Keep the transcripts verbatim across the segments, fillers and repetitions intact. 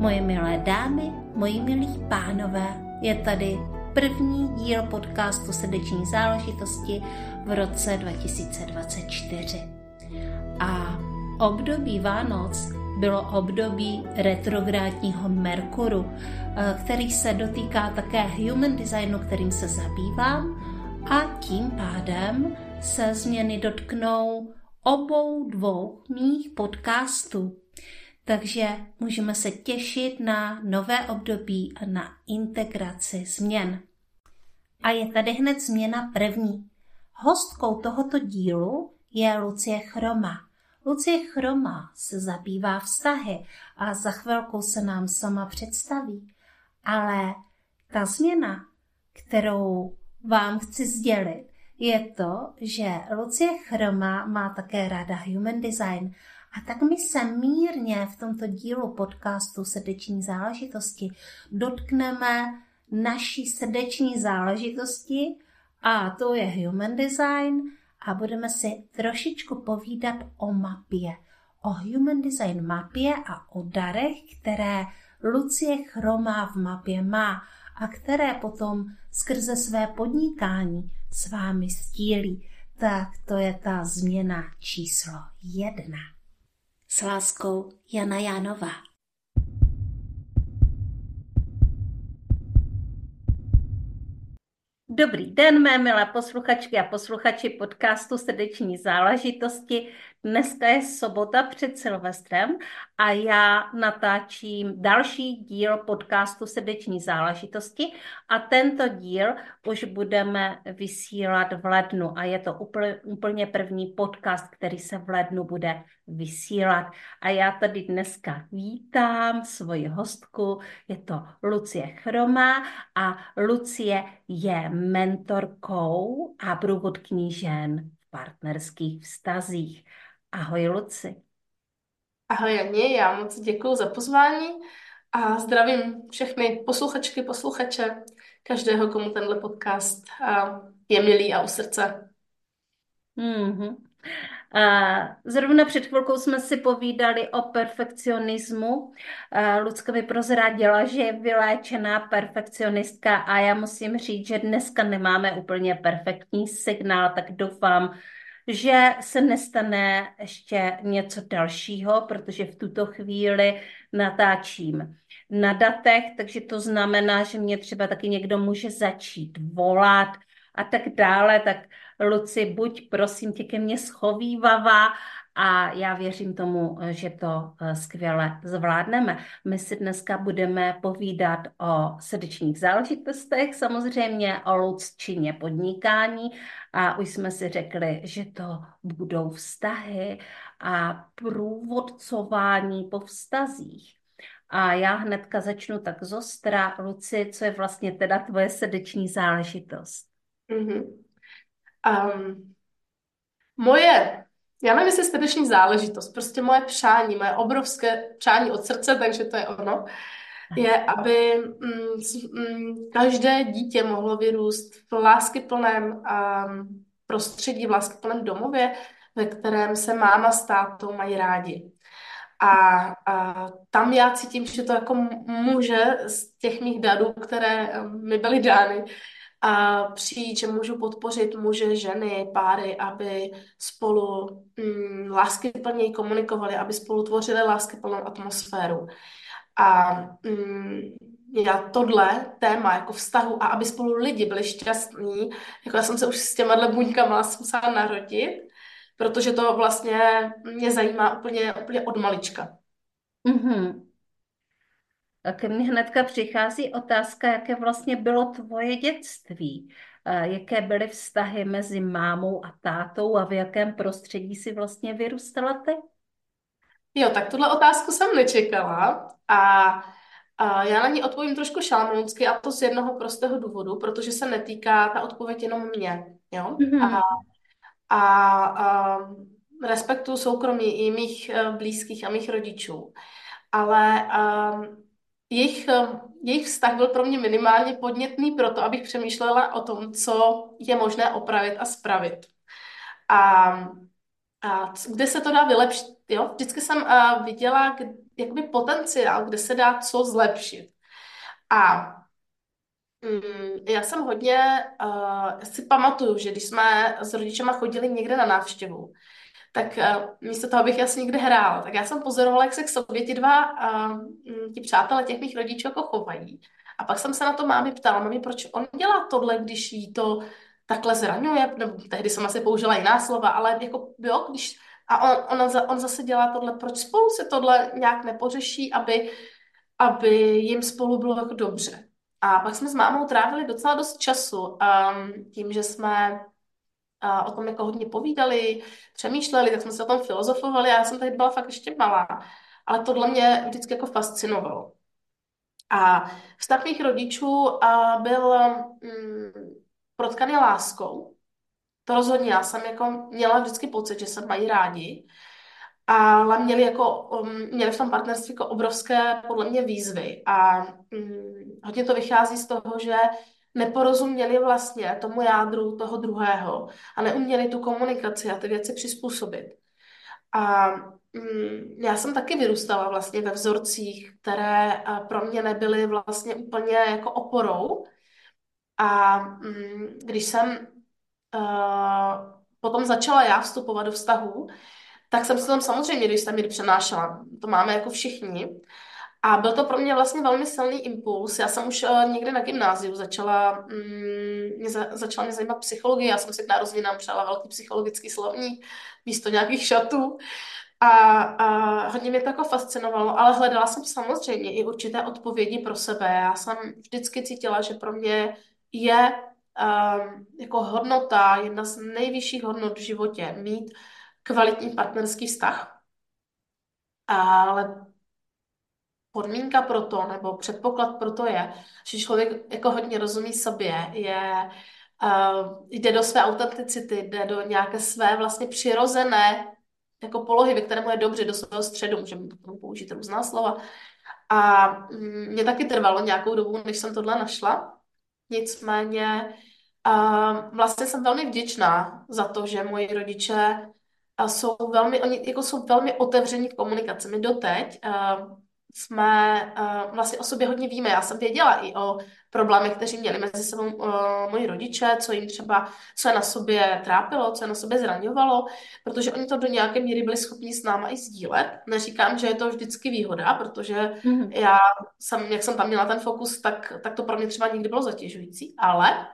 Moje milé dámy, moji milí pánové, je tady první díl podcastu Srdeční záležitosti v roce dva tisíce dvacet čtyři. A období Vánoc bylo období retrográdního Merkuru, který se dotýká také human designu, kterým se zabývám, a tím pádem se změny dotknou obou dvou mých podcastů. Takže můžeme se těšit na nové období a na integraci změn. A je tady hned změna první. Hostkou tohoto dílu je Lucie Chroma. Lucie Chroma se zabývá vztahy a za chvilku se nám sama představí. Ale ta změna, kterou vám chci sdělit, je to, že Lucie Chroma má také ráda human design. A tak my se mírně v tomto dílu podcastu Srdeční záležitosti dotkneme naší srdeční záležitosti, a to je human design, a budeme si trošičku povídat o mapě, o human design mapě a o darech, které Lucie Chroma v mapě má a které potom skrze své podnikání s vámi sdílí. Tak to je ta změna číslo jedna. S láskou, Jana Jánová. Dobrý den, mé milé posluchačky a posluchači podcastu Srdeční záležitosti. Dneska je sobota před Silvestrem a já natáčím další díl podcastu Srdeční záležitosti a tento díl už budeme vysílat v lednu a je to úplně první podcast, který se v lednu bude vysílat. A já tady dneska vítám svoji hostku, je to Lucie Chroma a Lucie je mentorkou a průvodkyní žen v partnerských vztazích. Ahoj, Luci. Ahoj, Janě, já moc děkuju za pozvání a zdravím všechny posluchačky, posluchače, každého, komu tenhle podcast je milý a u srdce. Mm-hmm. Zrovna před chvilkou jsme si povídali o perfekcionismu. Lucka mi prozradila, že je vyléčená perfekcionistka a já musím říct, že dneska nemáme úplně perfektní signál, tak doufám, že se nestane ještě něco dalšího, protože v tuto chvíli natáčím na datech, takže to znamená, že mě třeba taky někdo může začít volat a tak dále, tak Luci, buď prosím tě ke mně schovívavá a já věřím tomu, že to skvěle zvládneme. My si dneska budeme povídat o srdečních záležitostech, samozřejmě o Lucčině podnikání a už jsme si řekli, že to budou vztahy a průvodcování po vztazích. A já hnedka začnu tak zostra. Luci, co je vlastně teda tvoje srdeční záležitost? Mm-hmm. Um, moje, já nevím, jestli srdeční záležitost, prostě moje přání, moje obrovské přání od srdce, takže to je ono, je, aby mm, mm, každé dítě mohlo vyrůst v láskyplném um, prostředí, v láskyplném domově, ve kterém se máma s tátou mají rádi. A, a tam já cítím, že to jako může z těch mých darů, které mi byly dány, a přijít, že můžu podpořit muže, ženy, páry, aby spolu mm, láskyplněji komunikovali, aby spolu tvořili láskyplnou atmosféru. A mm, já tohle téma jako vztahu a aby spolu lidi byli šťastní, jako já jsem se už s těma buňkama musela narodit, protože to vlastně mě zajímá úplně, úplně od malička. Mm-hmm. Ke mně hnedka přichází otázka, jaké vlastně bylo tvoje dětství, jaké byly vztahy mezi mámou a tátou a v jakém prostředí si vlastně vyrůstala ty? Jo, tak tuhle otázku jsem nečekala a, a já na ní odpovím trošku šalamounsky a to z jednoho prostého důvodu, protože se netýká ta odpověď jenom mě, jo? Mm-hmm. A, a, a respektuju soukromí i mých blízkých a mých rodičů, ale um, jejich, jejich vztah byl pro mě minimálně podnětný proto, abych přemýšlela o tom, co je možné opravit a spravit. A, a kde se to dá vylepšit. Jo? Vždycky jsem uh, viděla, jakoby potenciál, kde se dá co zlepšit. A mm, já jsem hodně, uh, já si pamatuju, že když jsme s rodičema chodili někde na návštěvu, tak uh, místo toho, abych já si někde hrála, tak já jsem pozorovala, jak se k sobě ti dva, uh, ti přátelé těch mých rodičů jako chovají. A pak jsem se na to mámy ptala, mami, proč on dělá tohle, když jí to takhle zraňuje, nebo tehdy jsem asi použila jiná slova, ale jako jo, když, a on, on, on zase dělá tohle, proč spolu se tohle nějak nepořeší, aby, aby jim spolu bylo jako dobře. A pak jsme s mámou trávili docela dost času um, tím, že jsme a o tom jako hodně povídali, přemýšleli, tak jsme se o tom filozofovali a já jsem tady byla fakt ještě malá. Ale tohle mě vždycky jako fascinovalo. A vztah mých rodičů a byl mm, protkaný láskou. To rozhodně já jsem jako měla vždycky pocit, že se mají rádi, ale měli, jako, um, měli v tom partnerství jako obrovské podle mě výzvy a um, hodně to vychází z toho, že neporozuměli vlastně tomu jádru toho druhého a neuměli tu komunikaci a ty věci přizpůsobit. A um, já jsem taky vyrůstala vlastně ve vzorcích, které uh, pro mě nebyly vlastně úplně jako oporou. A um, když jsem uh, potom začala já vstupovat do vztahu, tak jsem se tam samozřejmě, když jsem ji přenášela. To máme jako všichni. A byl to pro mě vlastně velmi silný impuls. Já jsem už uh, někde na gymnáziu začala, mm, mě za, začala mě zajímat psychologie. Já jsem si k narozeninám přála velký psychologický slovník místo nějakých šatů. A, a hodně mě to jako fascinovalo, ale hledala jsem samozřejmě i určité odpovědi pro sebe. Já jsem vždycky cítila, že pro mě je um, jako hodnota, jedna z nejvyšších hodnot v životě mít kvalitní partnerský vztah. Ale podmínka pro to, nebo předpoklad pro to je, že člověk jako hodně rozumí sobě, je, uh, jde do své autenticity, jde do nějaké své vlastně přirozené jako polohy, ve kterému je dobře, do svého středu, můžeme k tomu použít různá slova. A mm, mě taky trvalo nějakou dobu, než jsem tohle našla. Nicméně uh, vlastně jsem velmi vděčná za to, že moji rodiče a jsou velmi, oni jako jsou velmi otevření v komunikaci. My doteď uh, jsme uh, vlastně o sobě hodně víme. Já jsem věděla i o problémech, kteří měli mezi sebou uh, moji rodiče, co jim třeba, co je na sobě trápilo, co je na sobě zraňovalo, protože oni to do nějaké míry byli schopni s náma i sdílet. Neříkám, že je to vždycky výhoda, protože Mhm. já jsem, jak jsem tam měla ten fokus, tak, tak to pro mě třeba nikdy bylo zatěžující, ale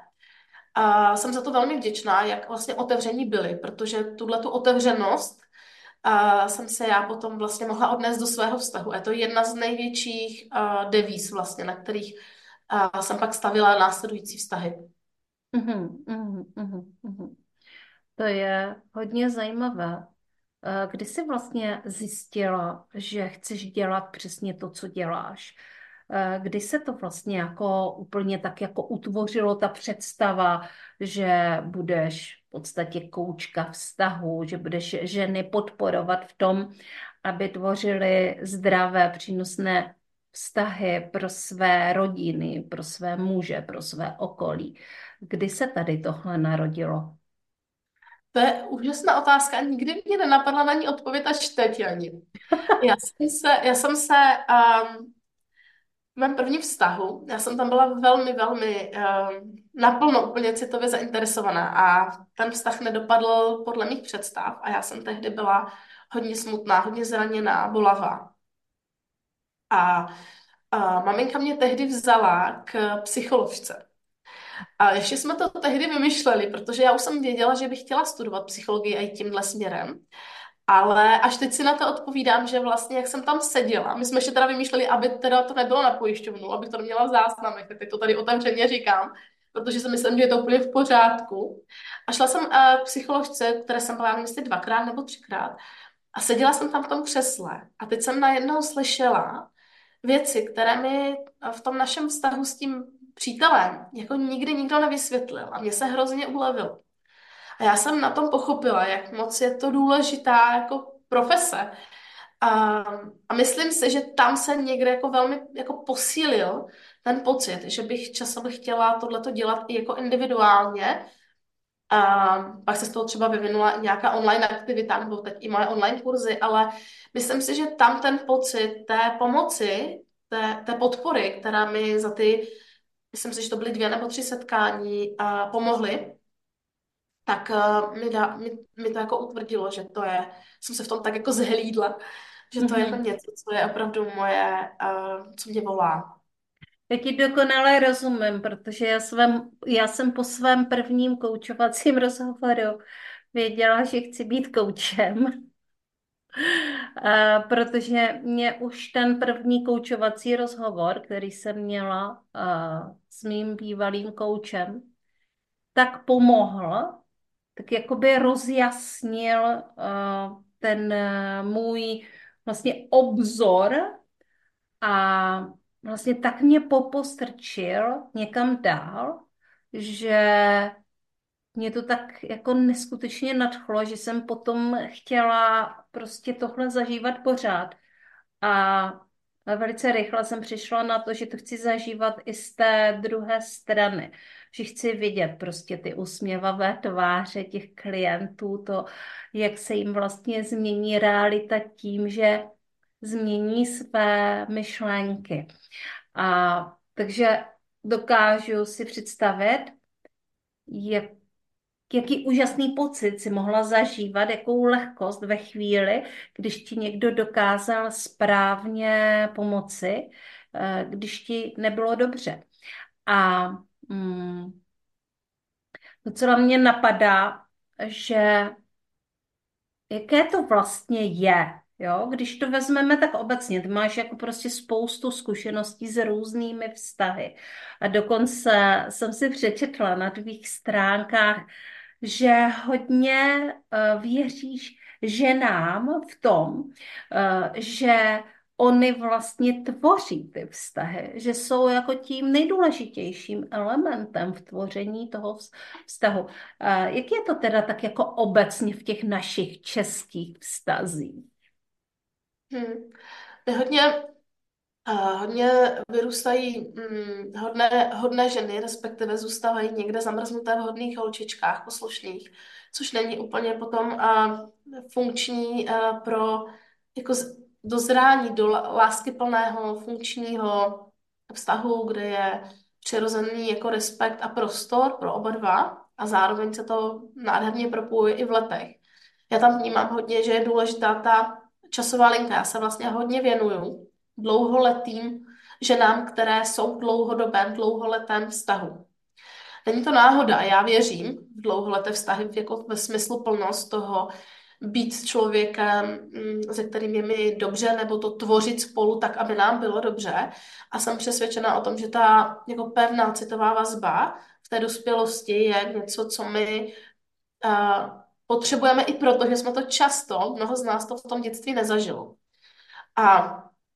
a jsem za to velmi vděčná, jak vlastně otevření byli, protože tuhle tu otevřenost a jsem se já potom vlastně mohla odnést do svého vztahu. Je to jedna z největších a, devíz vlastně, na kterých a, jsem pak stavila následující vztahy. Mhm, mhm, mhm, mhm. To je hodně zajímavé. Eh, Kdy jsi vlastně zjistila, že chceš dělat přesně to, co děláš? Eh, Kdy se to vlastně jako úplně tak jako utvořilo ta představa, že budeš v podstatě koučka vztahu, že budeš ženy podporovat v tom, aby tvořily zdravé, přínosné vztahy pro své rodiny, pro své muže, pro své okolí. Kdy se tady tohle narodilo? To je úžasná otázka. Nikdy mě nenapadla na ní odpověď až teď ani. Já jsem se, já jsem se um, v mém prvním vztahu, já jsem tam byla velmi, velmi um, naplno úplně citově zainteresovaná a ten vztah nedopadl podle mých představ a já jsem tehdy byla hodně smutná, hodně zraněná, bolavá. A, a maminka mě tehdy vzala k psycholožce. A ještě jsme to tehdy vymýšleli, protože já už jsem věděla, že bych chtěla studovat psychologii i tímhle směrem. Ale až teď si na to odpovídám, že vlastně, jak jsem tam seděla, my jsme ještě teda vymýšleli, aby teda to nebylo na pojišťovnu, abych to neměla v záznamech, tak teď to tady otevřeně říkám, protože si myslím, že je to úplně v pořádku. A šla jsem uh, k psycholožce, které jsem byla, nevím, jestli dvakrát nebo třikrát, a seděla jsem tam v tom křesle. A teď jsem najednou slyšela věci, které mi v tom našem vztahu s tím přítelem jako nikdy nikdo nevysvětlil. A mně se hrozně ulevilo. A já jsem na tom pochopila, jak moc je to důležitá jako profese. A, a myslím si, že tam se někde jako velmi jako posílil ten pocit, že bych časem chtěla tohleto dělat i jako individuálně, A pak se z toho třeba vyvinula nějaká online aktivita, nebo teď i moje online kurzy, ale myslím si, že tam ten pocit té pomoci, té, té podpory, která mi za ty, myslím si, že to byly dvě nebo tři setkání, a pomohly, tak uh, mi, dá, mi, mi to jako utvrdilo, že to je, jsem se v tom tak jako zhlídla, že to je jako Mhm. něco, co je opravdu moje, uh, co mě volá. Já ti dokonale rozumím, protože já, svém, já jsem po svém prvním koučovacím rozhovoru věděla, že chci být koučem, Eh, protože mě už ten první koučovací rozhovor, který jsem měla eh, s mým bývalým koučem, tak pomohl, tak jakoby rozjasnil eh, ten eh, můj vlastně obzor a vlastně tak mě popostrčil někam dál, že mě to tak jako neskutečně nadchlo, že jsem potom chtěla prostě tohle zažívat pořád. A velice rychle jsem přišla na to, že to chci zažívat i z té druhé strany. Že chci vidět prostě ty usměvavé tváře těch klientů, to, jak se jim vlastně změní realita tím, že změní své myšlenky. A takže dokážu si představit, jak jaký úžasný pocit si mohla zažívat, jakou lehkost ve chvíli, když ti někdo dokázal správně pomoci, eh, když ti nebylo dobře. A mm, docela mě napadá, že jaké to vlastně je, jo? Když to vezmeme tak obecně, ty máš jako prostě spoustu zkušeností s různými vztahy. A dokonce jsem si přečetla na tvých stránkách, že hodně eh, věříš ženám v tom, eh, že oni vlastně tvoří ty vztahy, že jsou jako tím nejdůležitějším elementem v tvoření toho vz- vztahu. Eh, Jak je to teda tak jako obecně v těch našich českých vztazích? Hmm. Je hodně A hodně vyrůstají hm, hodné, hodné ženy, respektive zůstávají někde zamrznuté v hodných holčičkách poslušných, což není úplně potom a, funkční a, pro jako z, dozrání do la- láskyplného funkčního vztahu, kde je přirozený jako respekt a prostor pro oba dva a zároveň se to nádherně propojuje i v letech. Já tam vnímám hodně, že je důležitá ta časová linka. Já se vlastně hodně věnuju dlouholetým ženám, které jsou v dlouhodobém, dlouholetém vztahu. Není to náhoda, já věřím v dlouholeté vztahy jako ve smyslu plnost toho být s člověkem, mm, se kterým je mi dobře, nebo to tvořit spolu tak, aby nám bylo dobře. A jsem přesvědčena o tom, že ta jako pevná citová vazba v té dospělosti je něco, co my uh, potřebujeme i proto, že jsme to často, mnoho z nás to v tom dětství nezažilo. A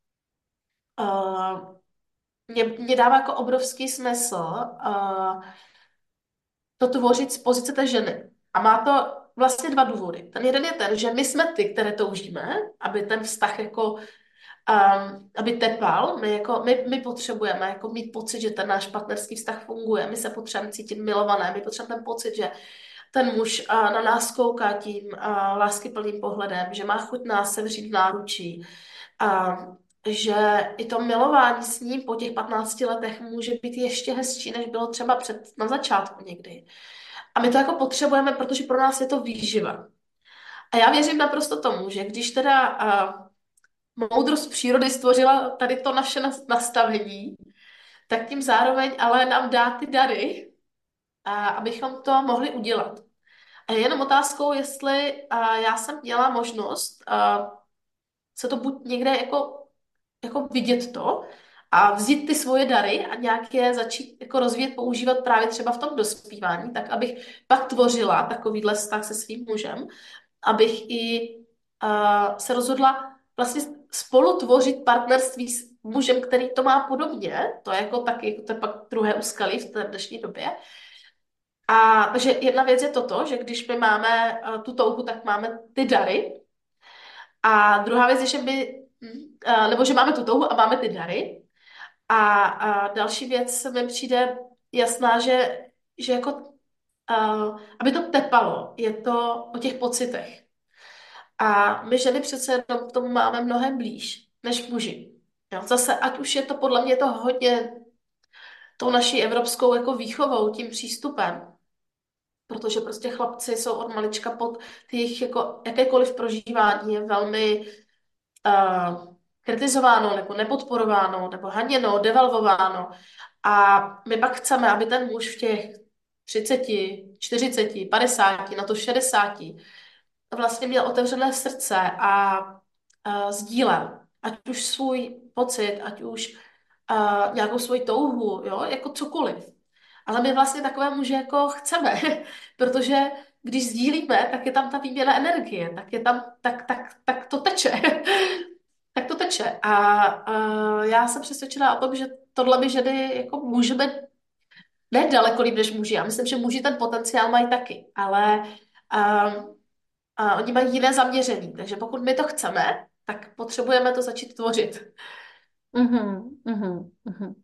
uh, mě, mě dává jako obrovský smysl uh, to tvořit z pozice té ženy. A má to vlastně dva důvody. Ten jeden je ten, že my jsme ty, které toužíme, aby ten vztah jako, um, aby tepal. My, jako, my, my potřebujeme jako mít pocit, že ten náš partnerský vztah funguje. My se potřebujeme cítit milované. My potřebujeme ten pocit, že ten muž uh, na nás kouká tím uh, láskyplným pohledem, že má chuť nás sevřít v náručí. A že i to milování s ním po těch patnácti letech může být ještě hezčí, než bylo třeba před, na začátku někdy. A my to jako potřebujeme, protože pro nás je to výživa. A já věřím naprosto tomu, že když teda uh, moudrost přírody stvořila tady to naše nas- nastavení, tak tím zároveň ale nám dá ty dary, uh, abychom to mohli udělat. A je jenom otázkou, jestli uh, já jsem měla možnost uh, se to buď někde jako jako vidět to a vzít ty svoje dary a nějak je začít jako rozvíjet, používat právě třeba v tom dospívání, tak abych pak tvořila takovýhle vztah se svým mužem, abych i uh, se rozhodla vlastně spolu tvořit partnerství s mužem, který to má podobně, to je jako taky, to je pak druhé úskalí v té dnešní době. A takže jedna věc je toto, že když my máme uh, tu touhu, tak máme ty dary. A druhá věc je, že my, uh, nebo že máme tu touhu a máme ty dary. A, a další věc mi přijde jasná, že, že jako uh, aby to tepalo, je to o těch pocitech. A my ženy přece jenom k tomu máme mnohem blíž než muži. Jo, zase, ať už je to podle mě to hodně tou naší evropskou jako výchovou, tím přístupem, protože prostě chlapci jsou od malička pod ty jejich jako jakékoliv prožívání je velmi uh, kritizováno nebo nepodporováno nebo haněno, devalvováno. A my pak chceme, aby ten muž v těch třiceti, čtyřiceti, padesáti, na to šedesáti vlastně měl otevřené srdce a uh, sdílel, ať už svůj pocit, ať už uh, nějakou svoji touhu, jo, jako cokoliv. Ale my vlastně takové muže jako chceme, protože když sdílíme, tak je tam ta výměna energie, tak je tam, tak, tak, tak to teče. Tak to teče. A uh, já jsem přesvědčená o tom, že tohle my ženy jako můžeme ne daleko líp než muži. Já myslím, že muži ten potenciál mají taky, ale uh, a oni mají jiné zaměření, takže pokud my to chceme, tak potřebujeme to začít tvořit. Mhm, mhm, mhm.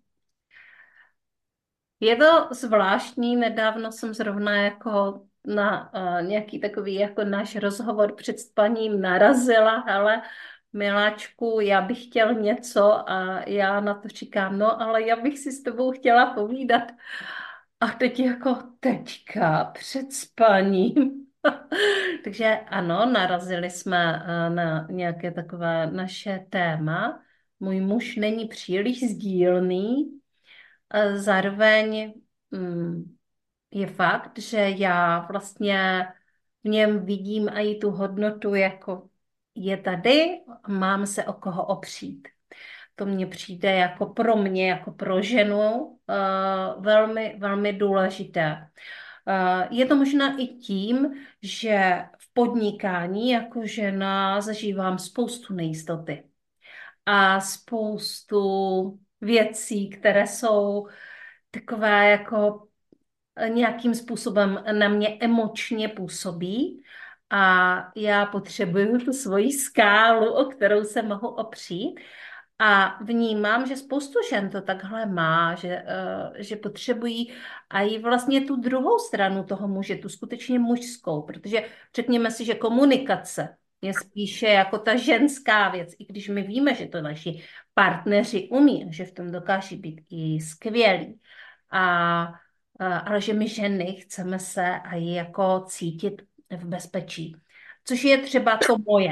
Je to zvláštní, nedávno jsem zrovna jako na uh, nějaký takový jako náš rozhovor před spaním narazila, ale miláčku, já bych chtěl něco a já na to říkám, no ale já bych si s tebou chtěla povídat. A teď jako teďka před spaním. Takže ano, narazili jsme uh, na nějaké takové naše téma. Můj muž není příliš sdílný, a zároveň mm, je fakt, že já vlastně v něm vidím i tu hodnotu, jako je tady, mám se o koho opřít. To mně přijde jako pro mě, jako pro ženu, uh, velmi, velmi důležité. Uh, je to možná i tím, že v podnikání jako žena zažívám spoustu nejistoty a spoustu věcí, které jsou takové jako nějakým způsobem na mě emočně působí a já potřebuju tu svoji skálu, o kterou se mohu opřít. A vnímám, že spoustu žen to takhle má, že, eh, že potřebují a i vlastně tu druhou stranu toho muže, tu skutečně mužskou, protože řekněme si, že komunikace je spíše jako ta ženská věc, i když my víme, že to naši partneři umí, že v tom dokáží být i skvělí. A, a, ale že my ženy chceme se i jako cítit v bezpečí, což je třeba to moje.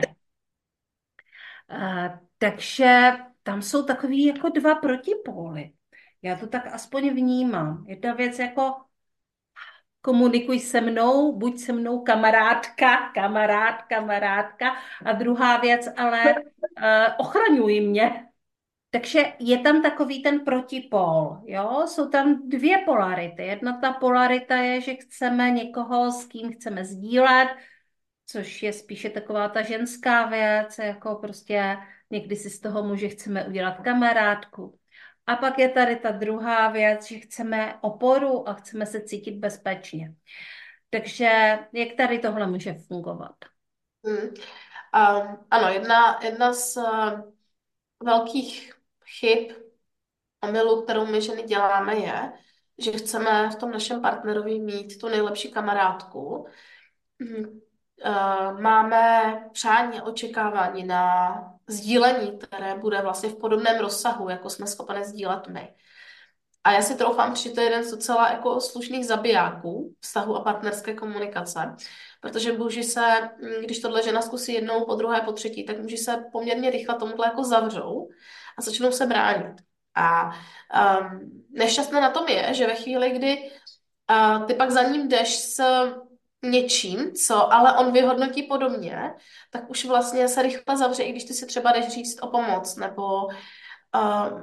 A, takže tam jsou takový jako dva protipóly. Já to tak aspoň vnímám. Jedna věc jako komunikuj se mnou, buď se mnou kamarádka, kamarád, kamarádka a druhá věc, ale uh, ochraňuj mě. Takže je tam takový ten protipól, jo? Jsou tam dvě polarity. Jedna ta polarita je, že chceme někoho, s kým chceme sdílet, což je spíše taková ta ženská věc, jako prostě někdy si z toho muže chceme udělat kamarádku. A pak je tady ta druhá věc, že chceme oporu a chceme se cítit bezpečně. Takže jak tady tohle může fungovat? Hmm. Um, ano, jedna, jedna z uh, velkých chyb, omylů, kterou my ženy děláme, je, že chceme v tom našem partnerovi mít tu nejlepší kamarádku. Hmm. Uh, máme přání, očekávání na sdílení, které bude vlastně v podobném rozsahu, jako jsme schopni sdílet my. A já si troufám říct, že to je jeden z docela jako slušných zabijáků vztahu a partnerské komunikace, protože muži se, když tohle žena zkusí jednou, po druhé, po třetí, tak muži se poměrně rychle tomuhle jako zavřou a začnou se bránit. A um, nešťastné na tom je, že ve chvíli, kdy uh, ty pak za ním jdeš s něčím, co ale on vyhodnotí podobně, tak už vlastně se rychle zavře, i když ty si třeba jdeš říct o pomoc, nebo uh,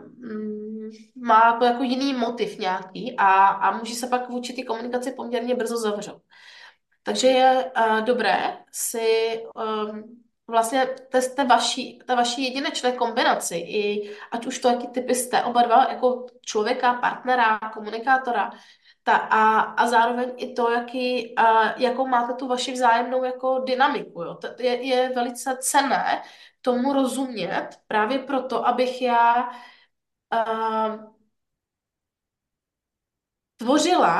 má to jako jiný motiv nějaký a, a může se pak vůči té komunikaci poměrně brzo zavřou. Takže je uh, dobré si um, vlastně té, té, vaší, té vaší jedinečné kombinaci, i ať už to, jaký typy jste, oba dva, jako člověka, partnera, komunikátora, ta, a, a zároveň i to, jaký, uh, jakou máte tu vaši vzájemnou jako dynamiku. Jo? To je, je velice cenné tomu rozumět, právě proto, abych já uh, tvořila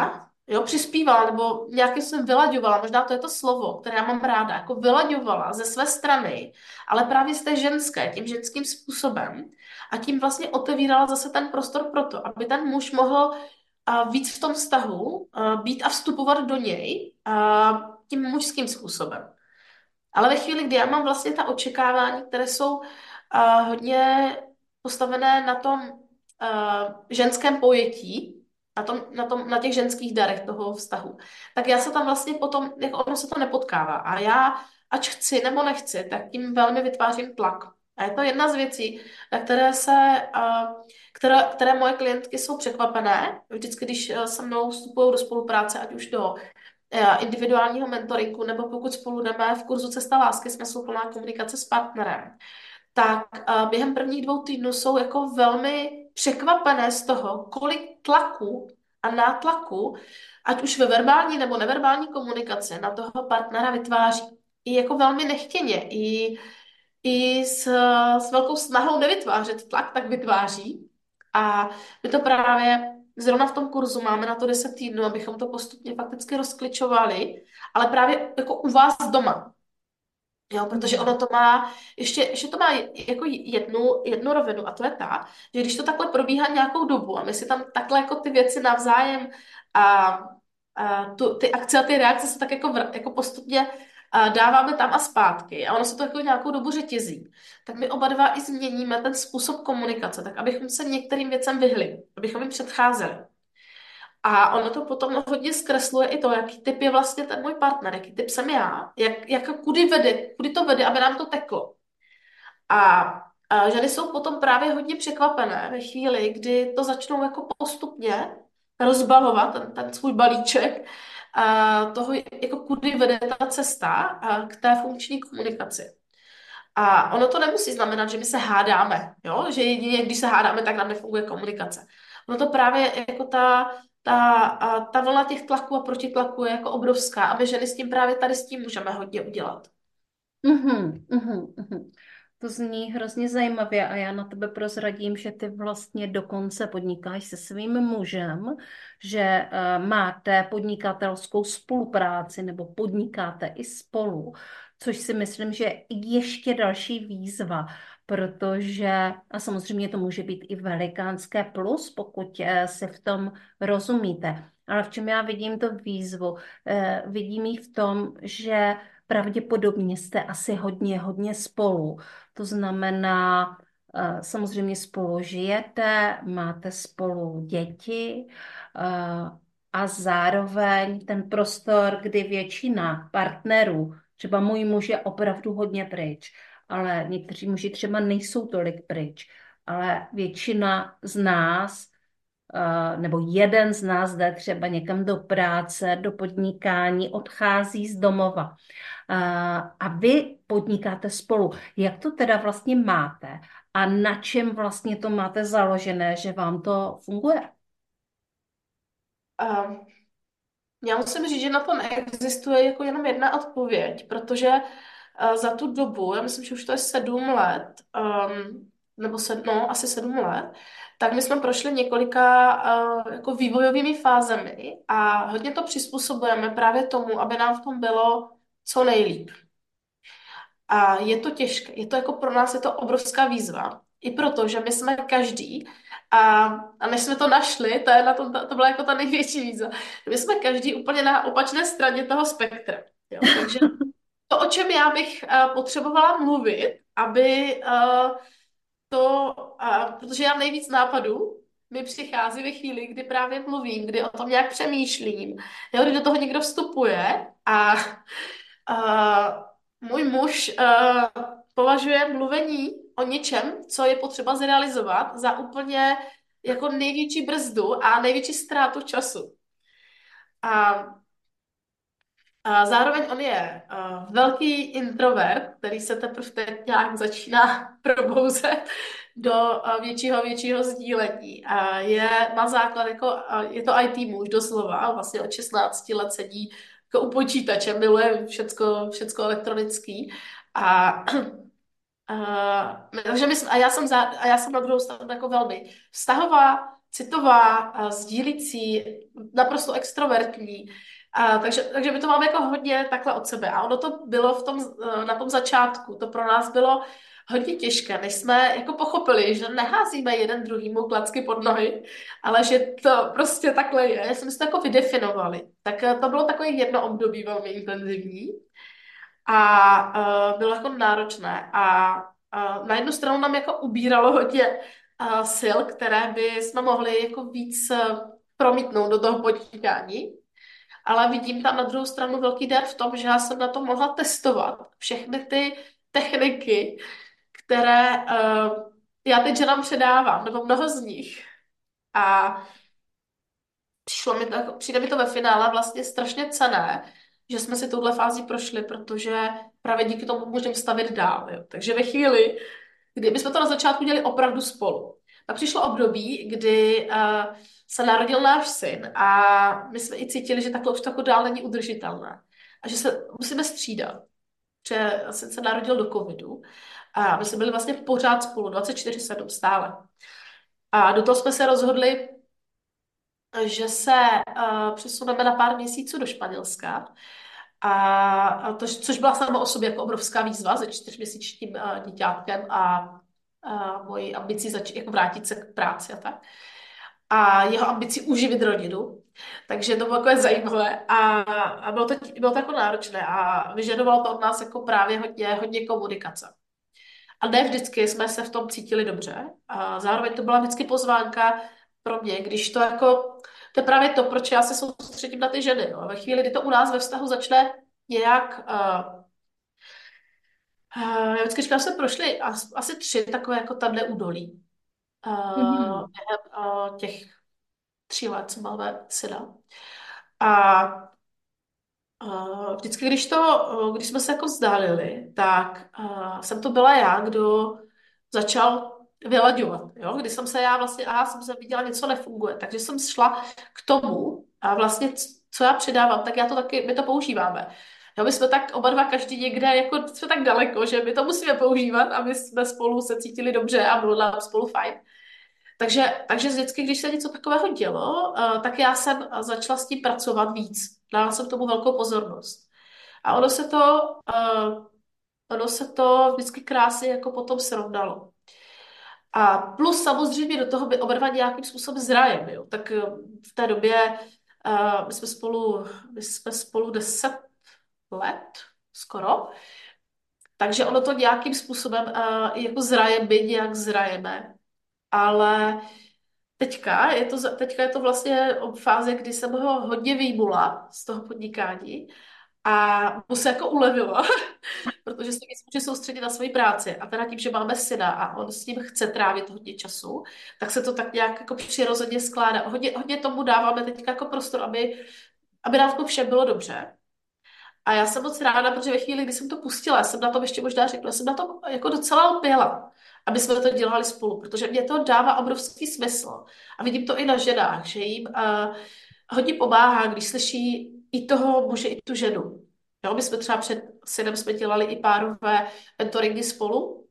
Jo, přispívala, nebo nějakým jsem vylaďovala, možná to je to slovo, které já mám ráda, jako vylaďovala ze své strany, ale právě z té ženské, tím ženským způsobem a tím vlastně otevírala zase ten prostor pro to, aby ten muž mohl a víc v tom vztahu a být a vstupovat do něj a tím mužským způsobem. Ale ve chvíli, kdy já mám vlastně ta očekávání, které jsou a, hodně postavené na tom a, ženském pojetí, na, tom, na, tom, na těch ženských darech toho vztahu, tak já se tam vlastně potom, jako ono se to nepotkává. A já, ať chci nebo nechci, tak tím velmi vytvářím tlak. A je to jedna z věcí, na které se, a, které, které moje klientky jsou překvapené, vždycky, když eh, se mnou vstupují do spolupráce, ať už do eh, individuálního mentoringu, nebo pokud spolu jdeme v kurzu Cesta lásky, smysluplná komunikace s partnerem, tak eh, během prvních dvou týdnů jsou jako velmi překvapené z toho, kolik tlaku a nátlaku, ať už ve verbální nebo neverbální komunikaci, na toho partnera vytváří. I jako velmi nechtěně, i, i s, s velkou snahou nevytvářet tlak, tak vytváří. A my to právě zrovna v tom kurzu máme na to deset týdnů, abychom to postupně fakticky rozkličovali, ale právě jako u vás doma. Jo, protože ono to má, ještě, ještě to má jako jednu, jednu rovinu a to je ta, že když to takhle probíhá nějakou dobu a my si tam takhle jako ty věci navzájem a, a tu, ty akce a ty reakce se tak jako, vr, jako postupně a dáváme tam a zpátky a ono se to jako nějakou dobu řetězí, tak my oba dva i změníme ten způsob komunikace, tak abychom se některým věcem vyhli, abychom jim předcházeli. A ono to potom hodně zkresluje i to, jaký typ je vlastně ten můj partner, jaký typ jsem já, jak, jak kudy vede, kudy to vede, aby nám to teklo. A, a ženy jsou potom právě hodně překvapené ve chvíli, kdy to začnou jako postupně rozbalovat, ten, ten svůj balíček, a toho, jako kudy vede ta cesta a k té funkční komunikaci. A ono to nemusí znamenat, že my se hádáme, jo? Že jedině, když se hádáme, tak nám nefunguje komunikace. Ono to právě jako ta, ta, a ta vlna těch tlaků a protitlaků je jako obrovská a my ženy s tím právě tady s tím můžeme hodně udělat. Mhm, mhm, mhm. To zní hrozně zajímavě a já na tebe prozradím, že ty vlastně dokonce podnikáš se svým mužem, že eh, máte podnikatelskou spolupráci nebo podnikáte i spolu, což si myslím, že je ještě další výzva, protože a samozřejmě to může být i velikánské plus, pokud eh, si v tom rozumíte. Ale v čem já vidím to výzvu? Eh, Vidím ji v tom, že pravděpodobně jste asi hodně, hodně spolu. To znamená, eh, samozřejmě spolu žijete, máte spolu děti eh, a zároveň ten prostor, kdy většina partnerů, třeba můj muž je opravdu hodně pryč, ale někteří muži třeba nejsou tolik pryč, ale většina z nás eh, nebo jeden z nás jde třeba někam do práce, do podnikání, odchází z domova. Eh, A vy podnikáte spolu. Jak to teda vlastně máte a na čem vlastně to máte založené, že vám to funguje? Um, Já musím říct, že na to neexistuje jako jenom jedna odpověď, protože uh, za tu dobu, já myslím, že už to je sedm let, um, nebo sed, no, asi sedm let, tak my jsme prošli několika uh, jako vývojovými fázemi a hodně to přizpůsobujeme právě tomu, aby nám v tom bylo co nejlíp. A je to těžké, je to jako pro nás je to obrovská výzva. I proto, že my jsme každý, a, a než jsme to našli, to, je na tom, to, to byla jako ta největší výzva, my jsme každý úplně na opačné straně toho spektra. Jo? Takže to, o čem já bych uh, potřebovala mluvit, aby uh, to, uh, protože já nejvíc nápadů mi přichází ve chvíli, kdy právě mluvím, kdy o tom nějak přemýšlím, jo, kdy do toho někdo vstupuje a Uh, můj muž uh, považuje mluvení o něčem, co je potřeba zrealizovat, za úplně jako největší brzdu a největší ztrátu času. A, a zároveň on je uh, velký introvert, který se teprve teď nějak začíná probouzet do uh, většího, většího sdílení. A je, má základ jako, uh, je to í té muž doslova, vlastně od šestnácti let sedí jako u počítače, miluje všecko, všecko elektronický. A, a, takže my, jsme- a, já jsem za, a já jsem na druhou stranu jako velmi vztahová, citová, uh, sdílící, naprosto extrovertní. A, takže, takže my to máme jako hodně takhle od sebe. A ono to bylo v tom, uh, na tom začátku. To pro nás bylo hodně těžké, než jsme jako pochopili, že neházíme jeden druhýmu klacky pod nohy, ale že to prostě takhle je. Já jsme si to jako vydefinovali. Tak uh, to bylo takové jedno období velmi intenzivní a uh, bylo jako náročné. A uh, na jednu stranu nám jako ubíralo hodně uh, sil, které by jsme mohli jako víc uh, promítnout do toho podnikání. Ale vidím tam na druhou stranu velký dar v tom, že já jsem na to mohla testovat všechny ty techniky, které uh, já teď ženám předávám, nebo mnoho z nich. A přišlo mi to, jako- přijde mi to ve finále vlastně strašně cenné, že jsme si touhle fází prošli, protože právě díky tomu můžeme stavit dál. Jo. Takže ve chvíli, kdy my jsme to na začátku dělali opravdu spolu, pak přišlo období, kdy uh, se narodil náš syn a my jsme i cítili, že takhle už to jako dál není udržitelné a že se musíme střídat. Že syn se narodil do covidu a my jsme byli vlastně pořád spolu, dvacet čtyři sedm stále. A do toho jsme se rozhodli, že se uh, přesuneme na pár měsíců do Španělska. A, a to, což byla sama o sobě jako obrovská výzva se čtyřměsíčním uh, dítětkem a uh, mojí ambicí zač- jako vrátit se k práci a tak. A jeho ambicí uživit rodinu. Takže to bylo takové zajímavé a, a bylo, to, bylo to jako náročné a vyžadovalo to od nás jako právě hodně, hodně komunikace. A ne vždycky jsme se v tom cítili dobře. A zároveň to byla vždycky pozvánka pro mě, když to jako, to je právě to, proč já se soustředím na ty ženy. Jo. Ve chvíli, kdy to u nás ve vztahu začne nějak, uh, uh, já vždycky říkám, jsme prošli as, asi tři takové jako tamhle údolí. Uh, Mhm. uh, těch tří let, co máme syna. A uh, vždycky, když to, uh, když jsme se jako vzdálili, tak uh, jsem to byla já, kdo začal vylaďovat, jo? Kdy jsem se já vlastně, aha, jsem se viděla, něco nefunguje, takže jsem šla k tomu a vlastně, c- co já předávám, tak já to taky, my to používáme. Jo, my jsme tak oba dva každý někde, jako jsme tak daleko, že my to musíme používat, aby jsme spolu se cítili dobře a bylo nám spolu fajn. Takže, takže vždycky, když se něco takového dělo, uh, tak já jsem začala s tím pracovat víc. Dala jsem tomu velkou pozornost. A ono se to, uh, ono se to vždycky krásně jako potom srovnalo. A plus samozřejmě do toho by oba dva nějakým způsobem zrajeme, jo. Tak eh, v té době uh, my jsme spolu, my jsme spolu deset let, skoro, takže ono to nějakým způsobem uh, jako zraje, my nějak zrajeme, ale teďka je to, za- teďka je to vlastně fáze, kdy jsem ho hodně vyjmula z toho podnikání a mu se jako ulevilo, protože se víc může soustředit na svoji práci. A teda tím, že máme syna a on s ním chce trávit hodně času, tak se to tak nějak jako přirozeně skládá. Hodně, hodně tomu dáváme teď jako prostor, aby, aby nám to všem bylo dobře. A já jsem moc ráda, protože ve chvíli, kdy jsem to pustila, já jsem na tom ještě možná řekla, jsem na tom jako docela lpěla, aby jsme to dělali spolu, protože mě to dává obrovský smysl. A vidím to i na ženách, že jim uh, hodně pomáhá, když slyší i toho muže, i tu ženu. Jo, my jsme třeba před synem jsme dělali i párové mentoringy spolu,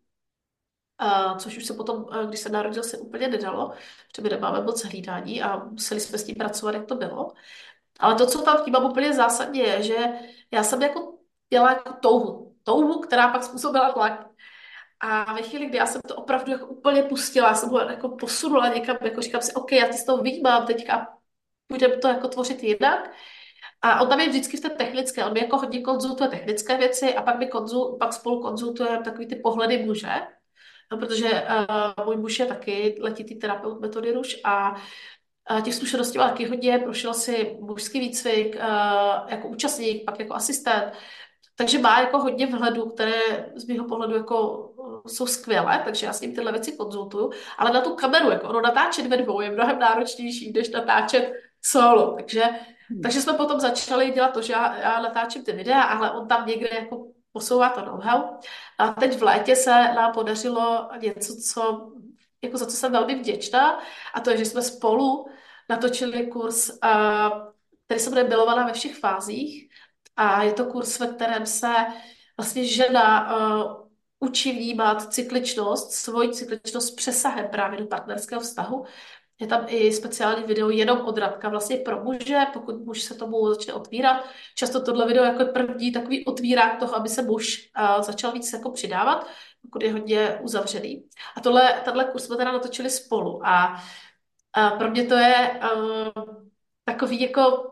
uh, což už se potom, uh, když se narodil, se úplně nedalo, protože my nemáme moc hlídání a museli jsme s tím pracovat, jak to bylo. Ale to, co tam vnímám úplně zásadně, je, že já jsem jako dělala jako touhu. Touhu, která pak způsobila tlak. A ve chvíli, kdy já jsem to opravdu jako úplně pustila, já jsem ho jako posunula někam, jako říkám si, OK, já ty z toho vyjímám teďka, budeme to jako tvořit jinak. A on tam je vždycky v té technické, on mi jako hodně konzultuje technické věci a pak, mi konzul, pak spolu konzultujeme takový ty pohledy muže, no, protože uh, můj muž je taky letitý terapeut metody ruš a uh, těch zkušeností má taky hodně, prošel si mužský výcvik uh, jako účastník, pak jako asistent, takže má jako hodně vhledu, které z mého pohledu jako uh, jsou skvělé, takže já s ním tyhle věci konzultuju, ale na tu kameru, jako ono natáčet ve dvou je mnohem náročnější, než natáčet solo, takže, takže jsme potom začali dělat to, že já, já natáčím ty videa, ale on tam někde jako posouvá to know-how. A teď v létě se nám podařilo něco, co, jako za co jsem velmi vděčná, a to je, že jsme spolu natočili kurz, uh, který se bude milovaná ve všech fázích, a je to kurz, ve kterém se vlastně žena uh, učí vnímat cykličnost, svoji cykličnost s přesahem právě do partnerského vztahu. Je tam i speciální video jenom od Radka, vlastně pro muže, pokud muž se tomu začne otvírat. Často tohle video jako první takový otvírák toho, aby se muž uh, začal víc jako přidávat, pokud je hodně uzavřený. A tohle, tenhle kurz jsme teda natočili spolu a uh, pro mě to je uh, takový jako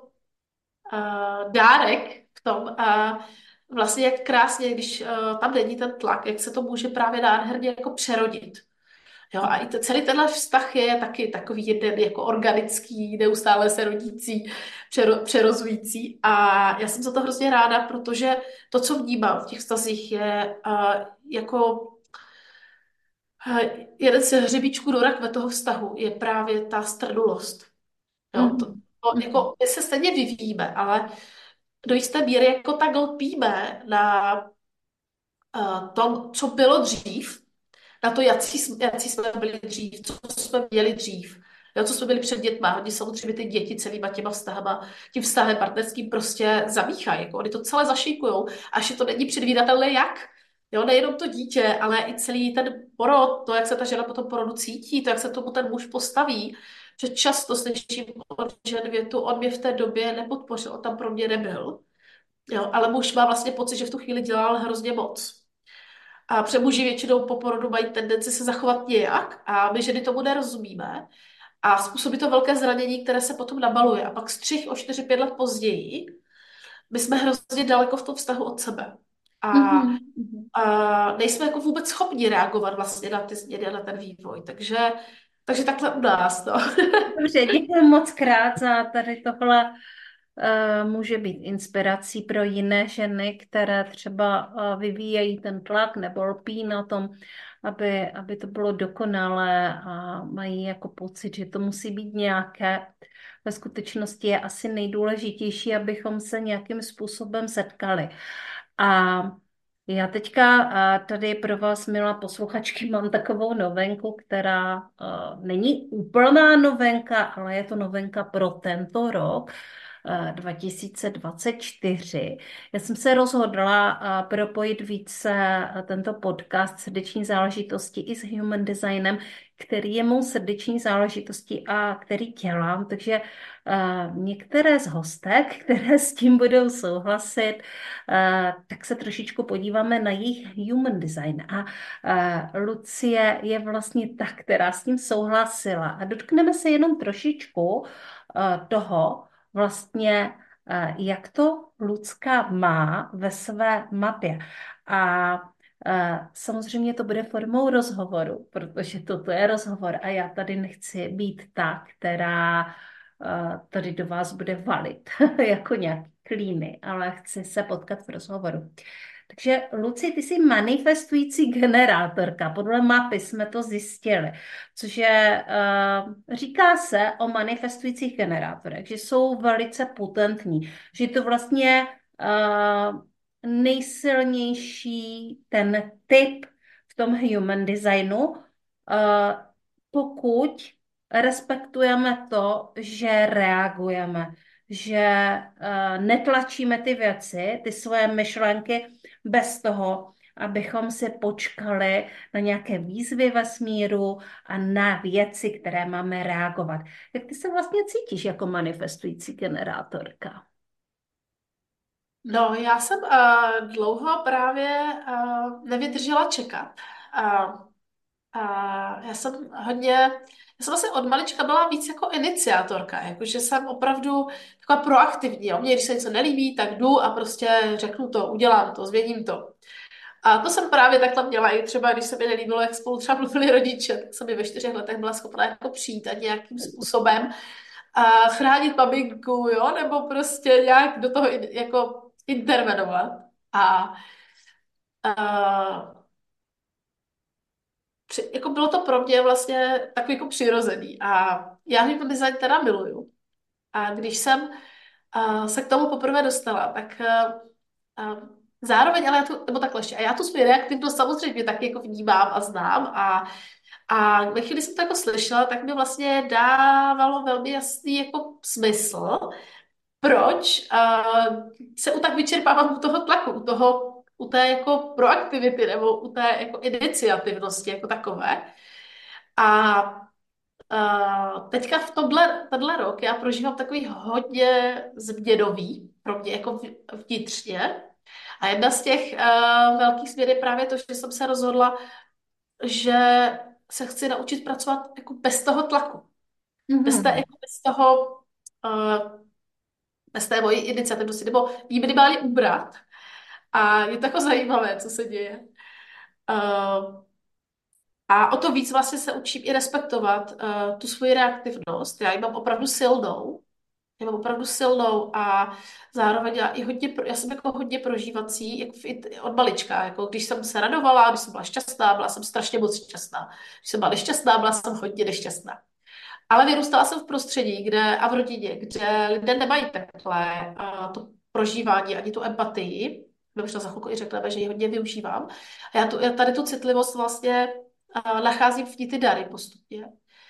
uh, dárek v tom, uh, vlastně jak krásně, když uh, tam není ten tlak, jak se to může právě nádherně jako přerodit. Jo, a i to, celý tenhle vztah je taky takový jeden jako organický, neustále se rodící, přero, přerozující. A já jsem za to hrozně ráda, protože to, co vnímám v těch vztazích, je uh, jako uh, jeden z hřebíčků do rakve toho vztahu je právě ta strnulost. Jo, to, to, Mhm. Mhm. jako my se stejně vyvíjíme, ale do jisté míry jako tak lpíme na uh, tom, co bylo dřív, na to, jaký jsme, jaký jsme byli dřív, co jsme měli dřív, jo, co jsme byli před dětma. Hodně samozřejmě ty děti celýma těma vztahama, tím vztahem partnerským prostě zamíchají. Jako oni to celé zašikujou, až je to není předvídatelné jak. Jo, nejenom to dítě, ale i celý ten porod, to, jak se ta žena po tom porodu cítí, to, jak se tomu ten muž postaví. Že často slyším od žen větu, on mě v té době nepodpořil, on tam pro mě nebyl. Jo, ale muž má vlastně pocit, že v tu chvíli dělal hrozně moc. A protože muži většinou po porodu mají tendenci se zachovat nějak a my ženy tomu nerozumíme. A způsobí to velké zranění, které se potom nabaluje. A pak střih o čtyři pět let později, my jsme hrozně daleko v tom vztahu od sebe. A, Mhm. Mhm. a nejsme jako vůbec schopni reagovat vlastně na ty změny a na ten vývoj. Takže, takže takhle u nás, no. Dobře, děkuji moc krát za tady tohle. Eh, může být inspirací pro jiné ženy, které třeba eh, vyvíjejí ten tlak nebo lpí na tom, aby, aby to bylo dokonalé a mají jako pocit, že to musí být nějaké. Ve skutečnosti je asi nejdůležitější, abychom se nějakým způsobem setkali. A já teďka eh, tady pro vás, milá posluchačky, mám takovou novenku, která eh, není úplná novenka, ale je to novenka pro tento rok eh, dva tisíce dvacet čtyři. Já jsem se rozhodla eh, propojit více eh, tento podcast srdeční záležitosti i s Human Designem, který je mou srdeční záležitostí a který dělám, takže eh, některé z hostek, které s tím budou souhlasit, eh, tak se trošičku podíváme na jejich human design. A eh, Lucie je vlastně ta, která s tím souhlasila. A dotkneme se jenom trošičku eh, toho, vlastně, eh, jak to Lucka má ve své mapě. A eh, samozřejmě to bude formou rozhovoru, protože toto je rozhovor a já tady nechci být ta, která eh, tady do vás bude valit jako nějaký klíny, ale chci se potkat v rozhovoru. Takže Luci, ty jsi manifestující generátorka. Podle mapy jsme to zjistili, což je, uh, říká se o manifestujících generátorech, že jsou velice potentní, že je to vlastně uh, nejsilnější ten typ v tom human designu, uh, pokud respektujeme to, že reagujeme, že uh, netlačíme ty věci, ty svoje myšlenky bez toho, abychom si počkali na nějaké výzvy ve smíru a na věci, které máme reagovat. Jak ty se vlastně cítíš jako manifestující generátorka? No, já jsem uh, dlouho právě uh, nevydržela čekat. Uh, A já jsem hodně, já jsem vlastně od malička byla víc jako iniciátorka, jakože jsem opravdu taková proaktivní. Jo. Mně, když se něco nelíbí, tak jdu a prostě řeknu to, udělám to, změním to. A to jsem právě takhle měla i třeba, když se mi nelíbilo, jak spolu třeba mluvili rodiče, tak jsem mi ve čtyřech letech byla schopná jako přijít a nějakým způsobem a chránit maminku, jo, nebo prostě nějak do toho in, jako intervenovat. A, a při, jako bylo to pro mě vlastně takový jako přirozený. A já human design teda miluju. A když jsem uh, se k tomu poprvé dostala, tak uh, uh, zároveň, ale já tu, nebo takhle ještě, a já tu svou reaktivnost samozřejmě taky jako vnímám a znám a, a ve chvíli jsem to jako slyšela, tak mi vlastně dávalo velmi jasný jako smysl, proč uh, se u tak vyčerpávám u toho tlaku, u toho, u té jako proaktivity nebo u té jako iniciativnosti jako takové. A Uh, teďka v tomhle, tenhle rok já prožívám takový hodně změnový pro mě jako v- vnitřně. A jedna z těch uh, velkých změn je právě to, že jsem se rozhodla, že se chci naučit pracovat jako bez toho tlaku. Bez, té, Mhm. jako bez toho, uh, bez té mojí iniciativy, nebo jí minimálně ubrat. A je to jako zajímavé, co se děje. Uh, a o to víc vlastně se učím i respektovat uh, tu svoji reaktivnost. Já ji mám opravdu silnou. Já mám opravdu silnou a zároveň já, i hodně, pro- já jsem jako hodně prožívací, jako v, i od malička. Jako když jsem se radovala, když jsem byla šťastná, byla jsem strašně moc šťastná. Když jsem byla nešťastná, byla jsem hodně nešťastná. Ale vyrůstala jsem v prostředí, kde a v rodině, kde lidé nemají takhle a to prožívání ani tu empatii. My možná za chvilku i řekneme, že ji hodně využívám. A já, tu, já tady tu citlivost vlastně a, nacházím v ní ty dary postupně.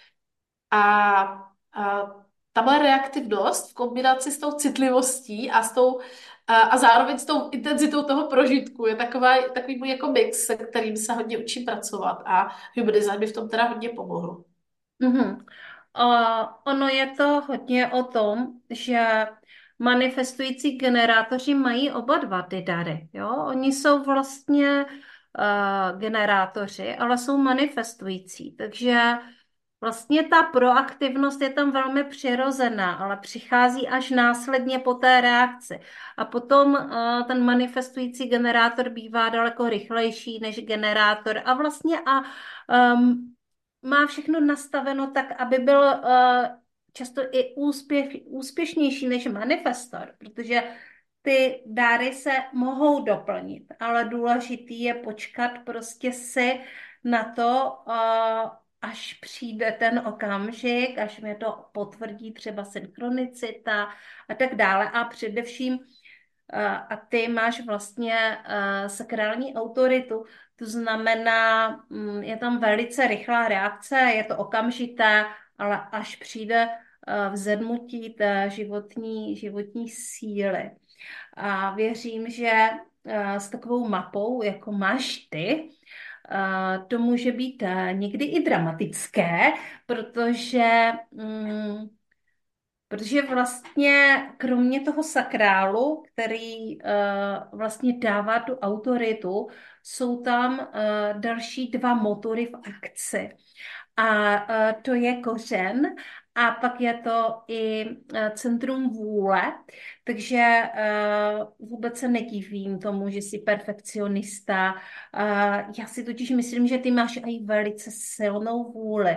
A, a ta moje reaktivnost v kombinaci s tou citlivostí a s tou a, a zároveň s tou intenzitou toho prožitku je taková, takový můj jako mix, se kterým se hodně učím pracovat a human design mi v tom teda hodně pomohl. Mhm. A ono je to hodně o tom, že manifestující generátoři mají oba dva ty dary. Jo? Oni jsou vlastně uh, generátoři, ale jsou manifestující. Takže vlastně ta proaktivnost je tam velmi přirozená, ale přichází až následně po té reakci. A potom uh, ten manifestující generátor bývá daleko rychlejší než generátor. A vlastně a um, má všechno nastaveno tak, aby byl uh, často i úspěch, úspěšnější než manifestor, protože ty dáry se mohou doplnit, ale důležitý je počkat prostě si na to, uh, až přijde ten okamžik, až mě to potvrdí třeba synchronicita a tak dále. A především a ty máš vlastně uh, sakrální autoritu, to znamená, mm, je tam velice rychlá reakce, je to okamžité, ale až přijde uh, vzedmutí té životní, životní síly. A věřím, že uh, s takovou mapou, jako máš ty, uh, to může být uh, někdy i dramatické, protože mm, Protože vlastně kromě toho sakrálu, který uh, vlastně dává tu autoritu, jsou tam uh, další dva motory v akci. A uh, to je kořen a pak je to i uh, centrum vůle, takže uh, vůbec se nedivím tomu, že jsi perfekcionista. Uh, já si totiž myslím, že ty máš i velice silnou vůli.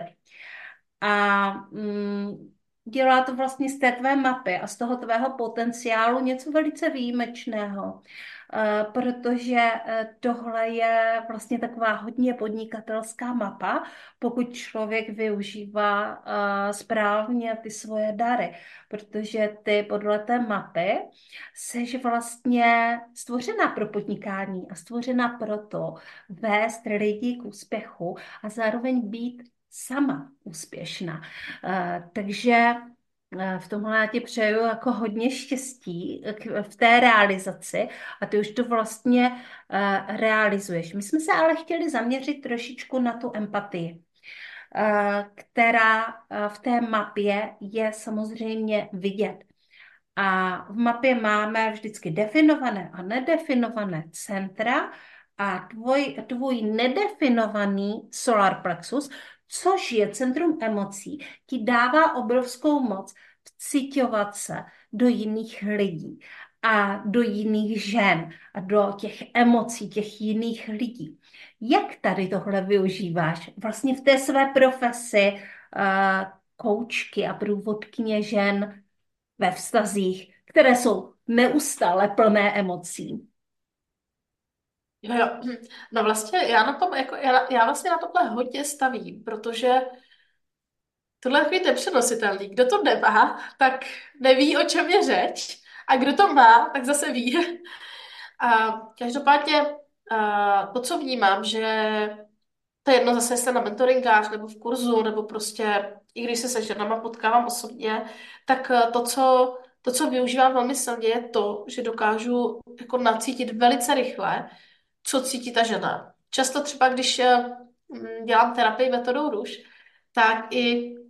A mm, dělá to vlastně z té tvé mapy a z toho tvého potenciálu něco velice výjimečného. Eh, protože eh, tohle je vlastně taková hodně podnikatelská mapa, pokud člověk využívá eh, správně ty svoje dary, protože ty podle té mapy jsi vlastně stvořená pro podnikání a stvořená pro to vést lidi k úspěchu a zároveň být sama úspěšná. Eh, takže eh, v tomhle já ti přeju jako hodně štěstí k- v té realizaci a ty už to vlastně eh, realizuješ. My jsme se ale chtěli zaměřit trošičku na tu empatii, eh, která eh, v té mapě je samozřejmě vidět. A v mapě máme vždycky definované a nedefinované centra a tvoj, tvůj nedefinovaný solar plexus, což je centrum emocí, ti dává obrovskou moc vciťovat se do jiných lidí a do jiných žen a do těch emocí těch jiných lidí. Jak tady tohle využíváš vlastně v té své profesi uh, koučky a průvodkyně žen ve vztazích, které jsou neustále plné emocí? Jo, jo. No vlastně já na tom, jako, já, já vlastně na tomhle hodně stavím, protože tohle je takový nepřenositelný. Kdo to nemá, tak neví, o čem je řeč. A kdo to má, tak zase ví. A každopádně a to, co vnímám, že to je jedno zase, jestli na mentoringách, nebo v kurzu, nebo prostě, i když se se ženama potkávám osobně, tak eh, to, co, to, co využívám velmi silně, je to, že dokážu jako nacítit velice rychle, co cítí ta žena. Často třeba, když eh, mm, dělám terapii metodou růž, tak i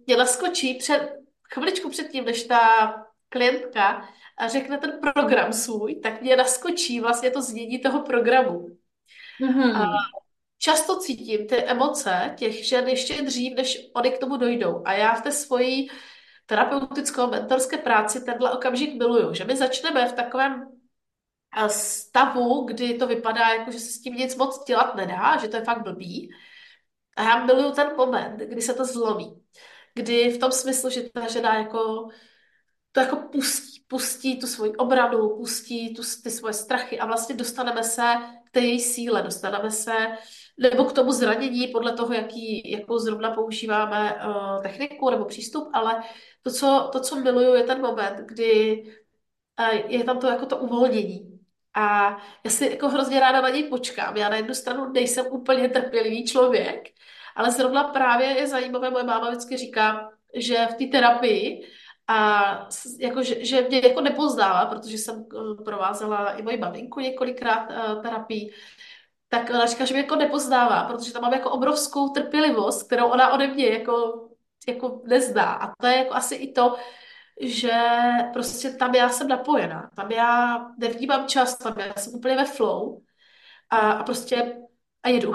mě naskočí před, chviličku předtím, než ta klientka řekne ten program svůj, tak mě naskočí vlastně to znění toho programu. A Mhm. často cítím ty emoce těch žen ještě dřív, než oni k tomu dojdou. A já v té svojí terapeuticko-mentorské práci tenhle okamžik miluju, že my začneme v takovém eh, stavu, kdy to vypadá jako, že se s tím nic moc dělat nedá, že to je fakt blbý. A já miluju ten moment, kdy se to zlomí. Kdy v tom smyslu, že ta žena jako to jako pustí, pustí tu svoji obranu, pustí tu, ty svoje strachy a vlastně dostaneme se k té její síle, dostaneme se nebo k tomu zranění podle toho, jaký, jakou zrovna používáme uh, techniku nebo přístup, ale to co, to, co miluju, je ten moment, kdy uh, je tam to jako to uvolnění. A já si jako hrozně ráda na něj počkám. Já na jednu stranu nejsem úplně trpělivý člověk, ale zrovna právě je zajímavé, moje máma vždycky říká, že v té terapii a s- jako, že, že mě jako nepoznává, protože jsem eh, provázela i moji maminku několikrát uh, terapii, tak ona říká, že mě jako nepoznává, protože tam mám jako obrovskou trpělivost, kterou ona ode mě jako, jako nezná. A to je jako asi i to, že prostě tam já jsem napojená, tam já nevnímám čas, tam já jsem úplně ve flow a, a prostě a jedu.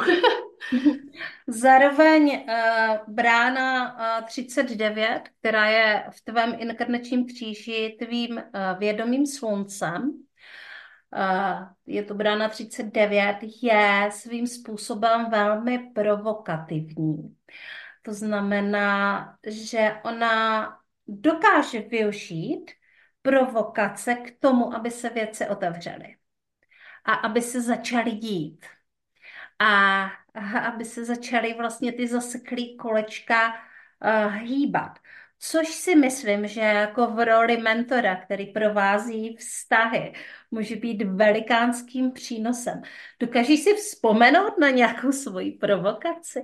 Zároveň uh, brána uh, třicet devět, která je v tvém inkarnačním kříži tvým uh, vědomým sluncem, uh, je to brána třicet devět, je svým způsobem velmi provokativní. To znamená, že ona dokáže využít provokace k tomu, aby se věci otevřely a aby se začaly dít a a aby se začaly vlastně ty zaseklý kolečka uh, hýbat. Což si myslím, že jako v roli mentora, který provází vztahy, může být velikánským přínosem. Dokážeš si vzpomenout na nějakou svoji provokaci?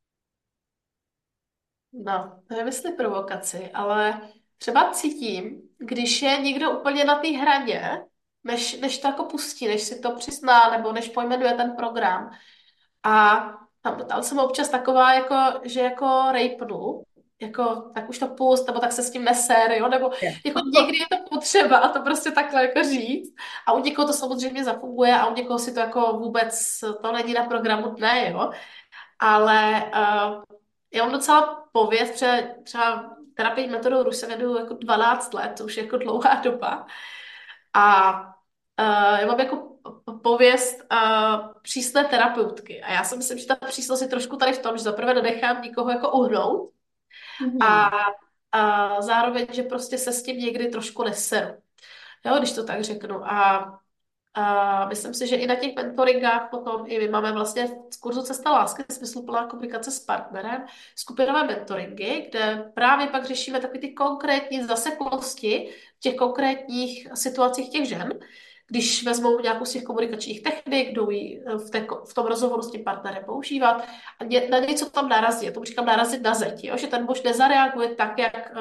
No, to je myslím provokaci, ale třeba cítím, když je někdo úplně na té hraně, než, než to jako pustí, než si to přizná, nebo než pojmenuje ten program. A tam, tam jsem občas taková, jako, že jako rejpnu, jako tak už to pust, nebo tak se s tím neser, jo, nebo Je. jako někdy je to potřeba a to prostě takhle jako říct. A u někoho to samozřejmě zafunguje a u někoho si to jako vůbec, to není na programu dne, jo. Ale uh, já mám docela pověst, protože třeba terapii metodou už se vedu jako dvanáct let, to už je jako dlouhá doba. A uh, já mám jako pověst uh, přísné terapeutky. A já si myslím, že ta přísnost je trošku tady v tom, že zaprvé nenechám nikoho jako uhnout a, Mhm. a zároveň, že prostě se s tím někdy trošku neseru. Jo, když to tak řeknu. A a myslím si, že i na těch mentoringách potom i my máme vlastně z kurzu Cesta lásky, smysluplná komunikace s partnerem, skupinové mentoringy, kde právě pak řešíme takové ty konkrétní zaseklosti v těch konkrétních situacích těch žen, když vezmou nějakou z těch komunikačních technik, jdou ji v, té, v tom rozhovoru s tím partnerem používat a ně, na něco tam narazí. Já tomu říkám narazit na zeď, jo? Že ten muž nezareaguje tak, jak eh,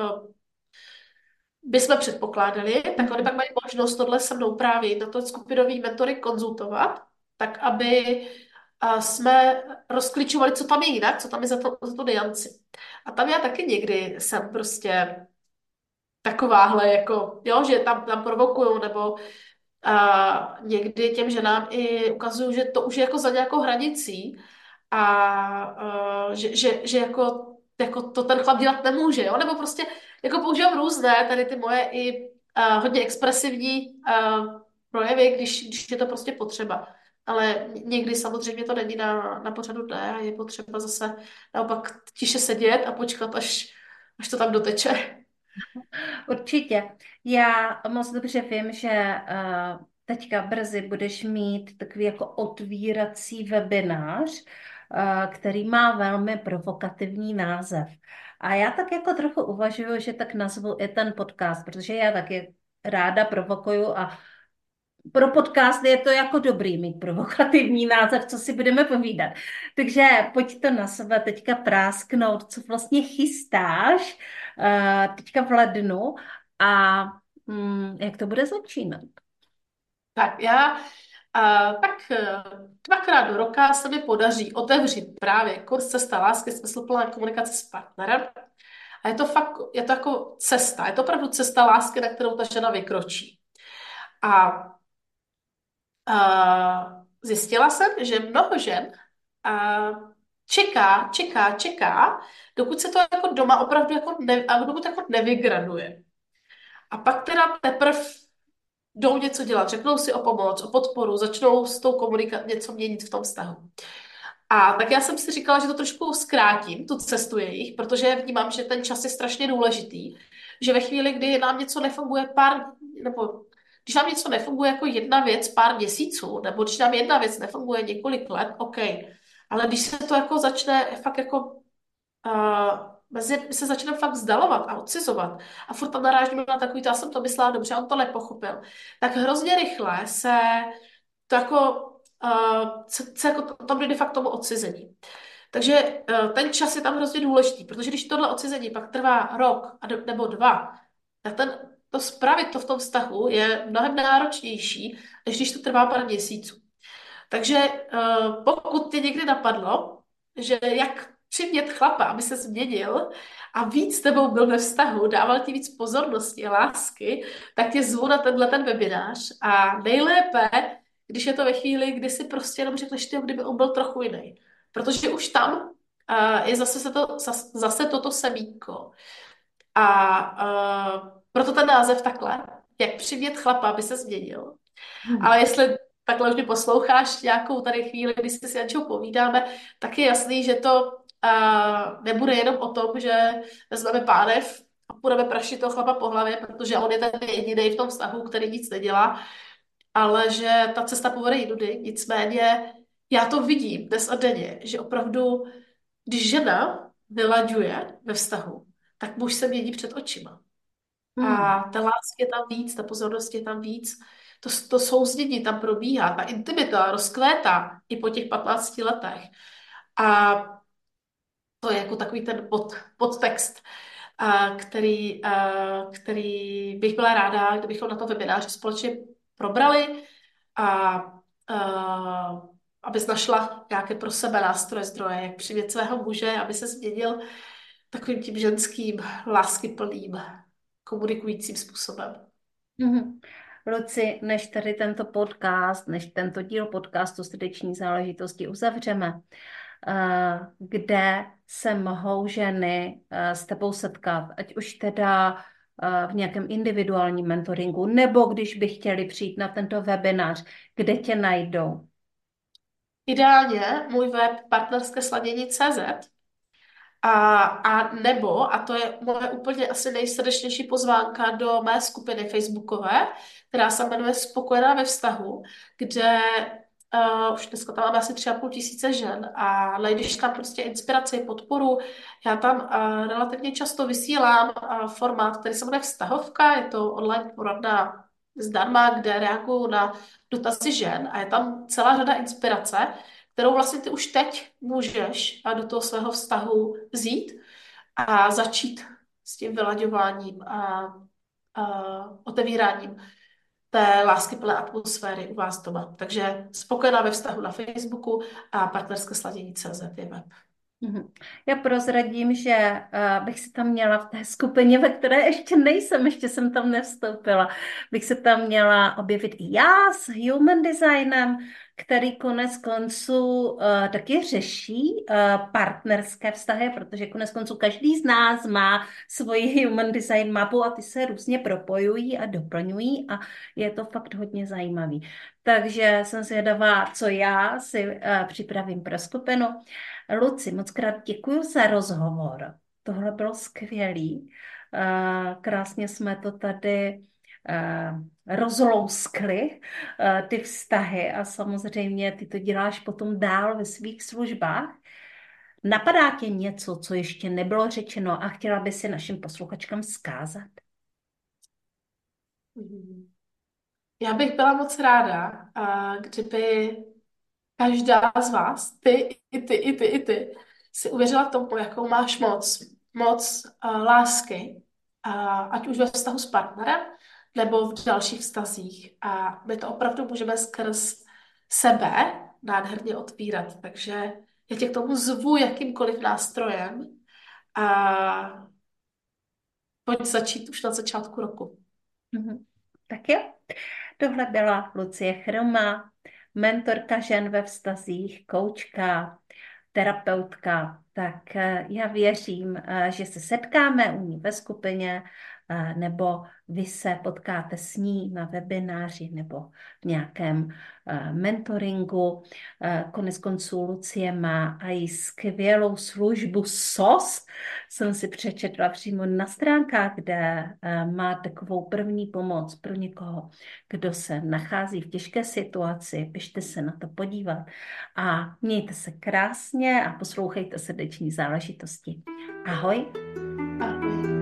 bychom předpokládali, tak oni pak mají možnost tohle se mnou právě na to skupinový mentory konzultovat, tak aby a, jsme rozklíčovali, co tam je jinak, co tam je za to, za to nianci. A tam já taky někdy jsem prostě takováhle, jako, jo, že tam, tam provokuju, nebo a, někdy těm ženám i ukazuju, že to už je jako za nějakou hranicí a, a že, že, že jako, jako to ten chlap dělat nemůže, jo? Nebo prostě jako používám různé, tady ty moje i uh, hodně expresivní uh, projevy, když, když je to prostě potřeba. Ale někdy samozřejmě to není na, na pořadu dne a je potřeba zase naopak tiše sedět a počkat, až, až to tam doteče. Určitě. Já moc dobře vím, že eh, teďka brzy budeš mít takový jako otvírací webinář, eh, který má velmi provokativní název. A já tak jako trochu uvažuji, že tak nazvu i ten podcast, protože já taky ráda provokuju a pro podcast je to jako dobrý mít provokativní název, co si budeme povídat. Takže pojď to na sebe teďka prásknout, co vlastně chystáš eh, teďka v lednu a mm, jak to bude začínat. Tak já a, tak eh, dvakrát do roka se mi podaří otevřít právě kurz Cesta lásky, smysluplná komunikace s partnerem. A je to fakt, je to jako cesta, je to opravdu cesta lásky, na kterou ta žena vykročí. A uh, zjistila jsem, že mnoho žen uh, čeká, čeká, čeká, dokud se to jako doma opravdu jako ne, a dokud jako nevygraduje. A pak teda teprve jdou něco dělat, řeknou si o pomoc, o podporu, začnou s tou komunikací něco měnit v tom vztahu. A tak já jsem si říkala, že to trošku zkrátím, tu cestu jejich, protože vnímám, že ten čas je strašně důležitý, že ve chvíli, kdy nám něco nefunguje pár, nebo když nám něco nefunguje jako jedna věc pár měsíců, nebo když nám jedna věc nefunguje několik let, OK. Ale když se to jako začne fakt jako uh, mezi, my se začneme fakt vzdalovat a odcizovat a furt tam narážíme na takový, to já jsem to myslela dobře, on to nepochopil, tak hrozně rychle se to jako uh, se, se jako tam dojde fakt k tomu odcizení. Takže uh, ten čas je tam hrozně důležitý, protože když tohle odcizení pak trvá rok a do, nebo dva, tak ten, to spravit to v tom vztahu je mnohem náročnější, než když to trvá pár měsíců. Takže uh, pokud tě někdy napadlo, že jak přimět chlapa, aby se změnil a víc s tebou byl ve vztahu, dával ti víc pozornosti a lásky, tak tě zvu na tenhle ten webinář a nejlépe, když je to ve chvíli, kdy si prostě jenom řekneš, ty, kdyby on byl trochu jiný. Protože už tam uh, je zase, se to, zase, zase toto semínko. A uh, proto ten název takhle, jak přimět chlapa, aby se změnil. Hmm. Ale jestli takhle už mě posloucháš nějakou tady chvíli, kdy si s Jančou povídáme, tak je jasný, že to uh, nebude jenom o tom, že vezmeme pánev a budeme prašit toho chlapa po hlavě, protože on je ten jediný v tom vztahu, který nic nedělá, ale že ta cesta povede jinudy. Nicméně já to vidím dnes a denně, že opravdu, když žena vylaďuje ve vztahu, tak muž se mění před očima. A Hmm. ta láska je tam víc, ta pozornost je tam víc, to, to souznění tam probíhá, ta intimita rozkvétá i po těch patnácti letech. A to je jako takový ten pod, podtext, a který, a který bych byla ráda, kdybychom na tom webináři společně probrali a, a abys našla nějaké pro sebe nástroje, zdroje, jak přimět svého muže, aby se změnil takovým tím ženským, láskyplným, komunikujícím způsobem. Mhm. Luci, než tady tento podcast, než tento díl podcastu Srdeční záležitosti uzavřeme, eh, kde se mohou ženy eh, s tebou setkat, ať už teda eh, v nějakém individuálním mentoringu, nebo když by chtěli přijít na tento webinář, kde tě najdou? Ideálně můj web partnerské sladění tečka cé zet a, a nebo, a to je moje úplně asi nejsrdečnější pozvánka do mé skupiny facebookové, která se jmenuje Spokojená ve vztahu, kde uh, už dneska tam máme asi tři a půl tisíce žen a najdeš tam prostě inspiraci, podporu. Já tam uh, relativně často vysílám uh, formát, který se jmenuje Vztahovka, je to online poradna zdarma, kde reaguju na dotazy žen a je tam celá řada inspirace, kterou vlastně ty už teď můžeš a do toho svého vztahu vzít a začít s tím vylaďováním a, a otevíráním té láskyplné atmosféry u vás doma. Takže spokojená ve vztahu na Facebooku a partnerské sladění tečka cé zet je web. Mhm. Já prozradím, že uh, bych se tam měla v té skupině, ve které ještě nejsem, ještě jsem tam nevstoupila, bych se tam měla objevit i já s human designem, který konec konců uh, taky řeší uh, partnerské vztahy, protože konec konců každý z nás má svoji human design mapu a ty se různě propojují a doplňují a je to fakt hodně zajímavý. Takže jsem zvědavá, co já si uh, připravím pro skupinu. Luci, moc krát děkuji za rozhovor. Tohle bylo skvělý. Eh, Krásně jsme to tady eh, rozlouskli, eh, ty vztahy a samozřejmě ty to děláš potom dál ve svých službách. Napadá tě něco, co ještě nebylo řečeno a chtěla by si našim posluchačkám vzkázat? Mhm. Já bych byla moc ráda, a kdyby každá z vás, ty, i ty, i ty, i ty, si uvěřila tomu, jakou máš moc, moc uh, lásky, a ať už ve vztahu s partnerem, nebo v dalších vztazích. A my to opravdu můžeme skrz sebe nádherně otvírat. Takže já tě k tomu zvu jakýmkoliv nástrojem. A pojď začít už na začátku roku. Mhm. Tak jo, tohle byla Lucie Chroma, mentorka žen ve vztazích, koučka, terapeutka. Tak eh, já věřím, eh, že se setkáme u ní ve skupině, eh, nebo vy se potkáte s ní na webináři nebo v nějakém eh, mentoringu. Eh, Konec konců Lucie má i skvělou službu S O S, jsem si přečetla přímo na stránkách, kde eh, má takovou první pomoc pro někoho, kdo se nachází v těžké situaci. Běžte se na to podívat a mějte se krásně a poslouchejte srdeční záležitosti. Ahoj. Ahoj.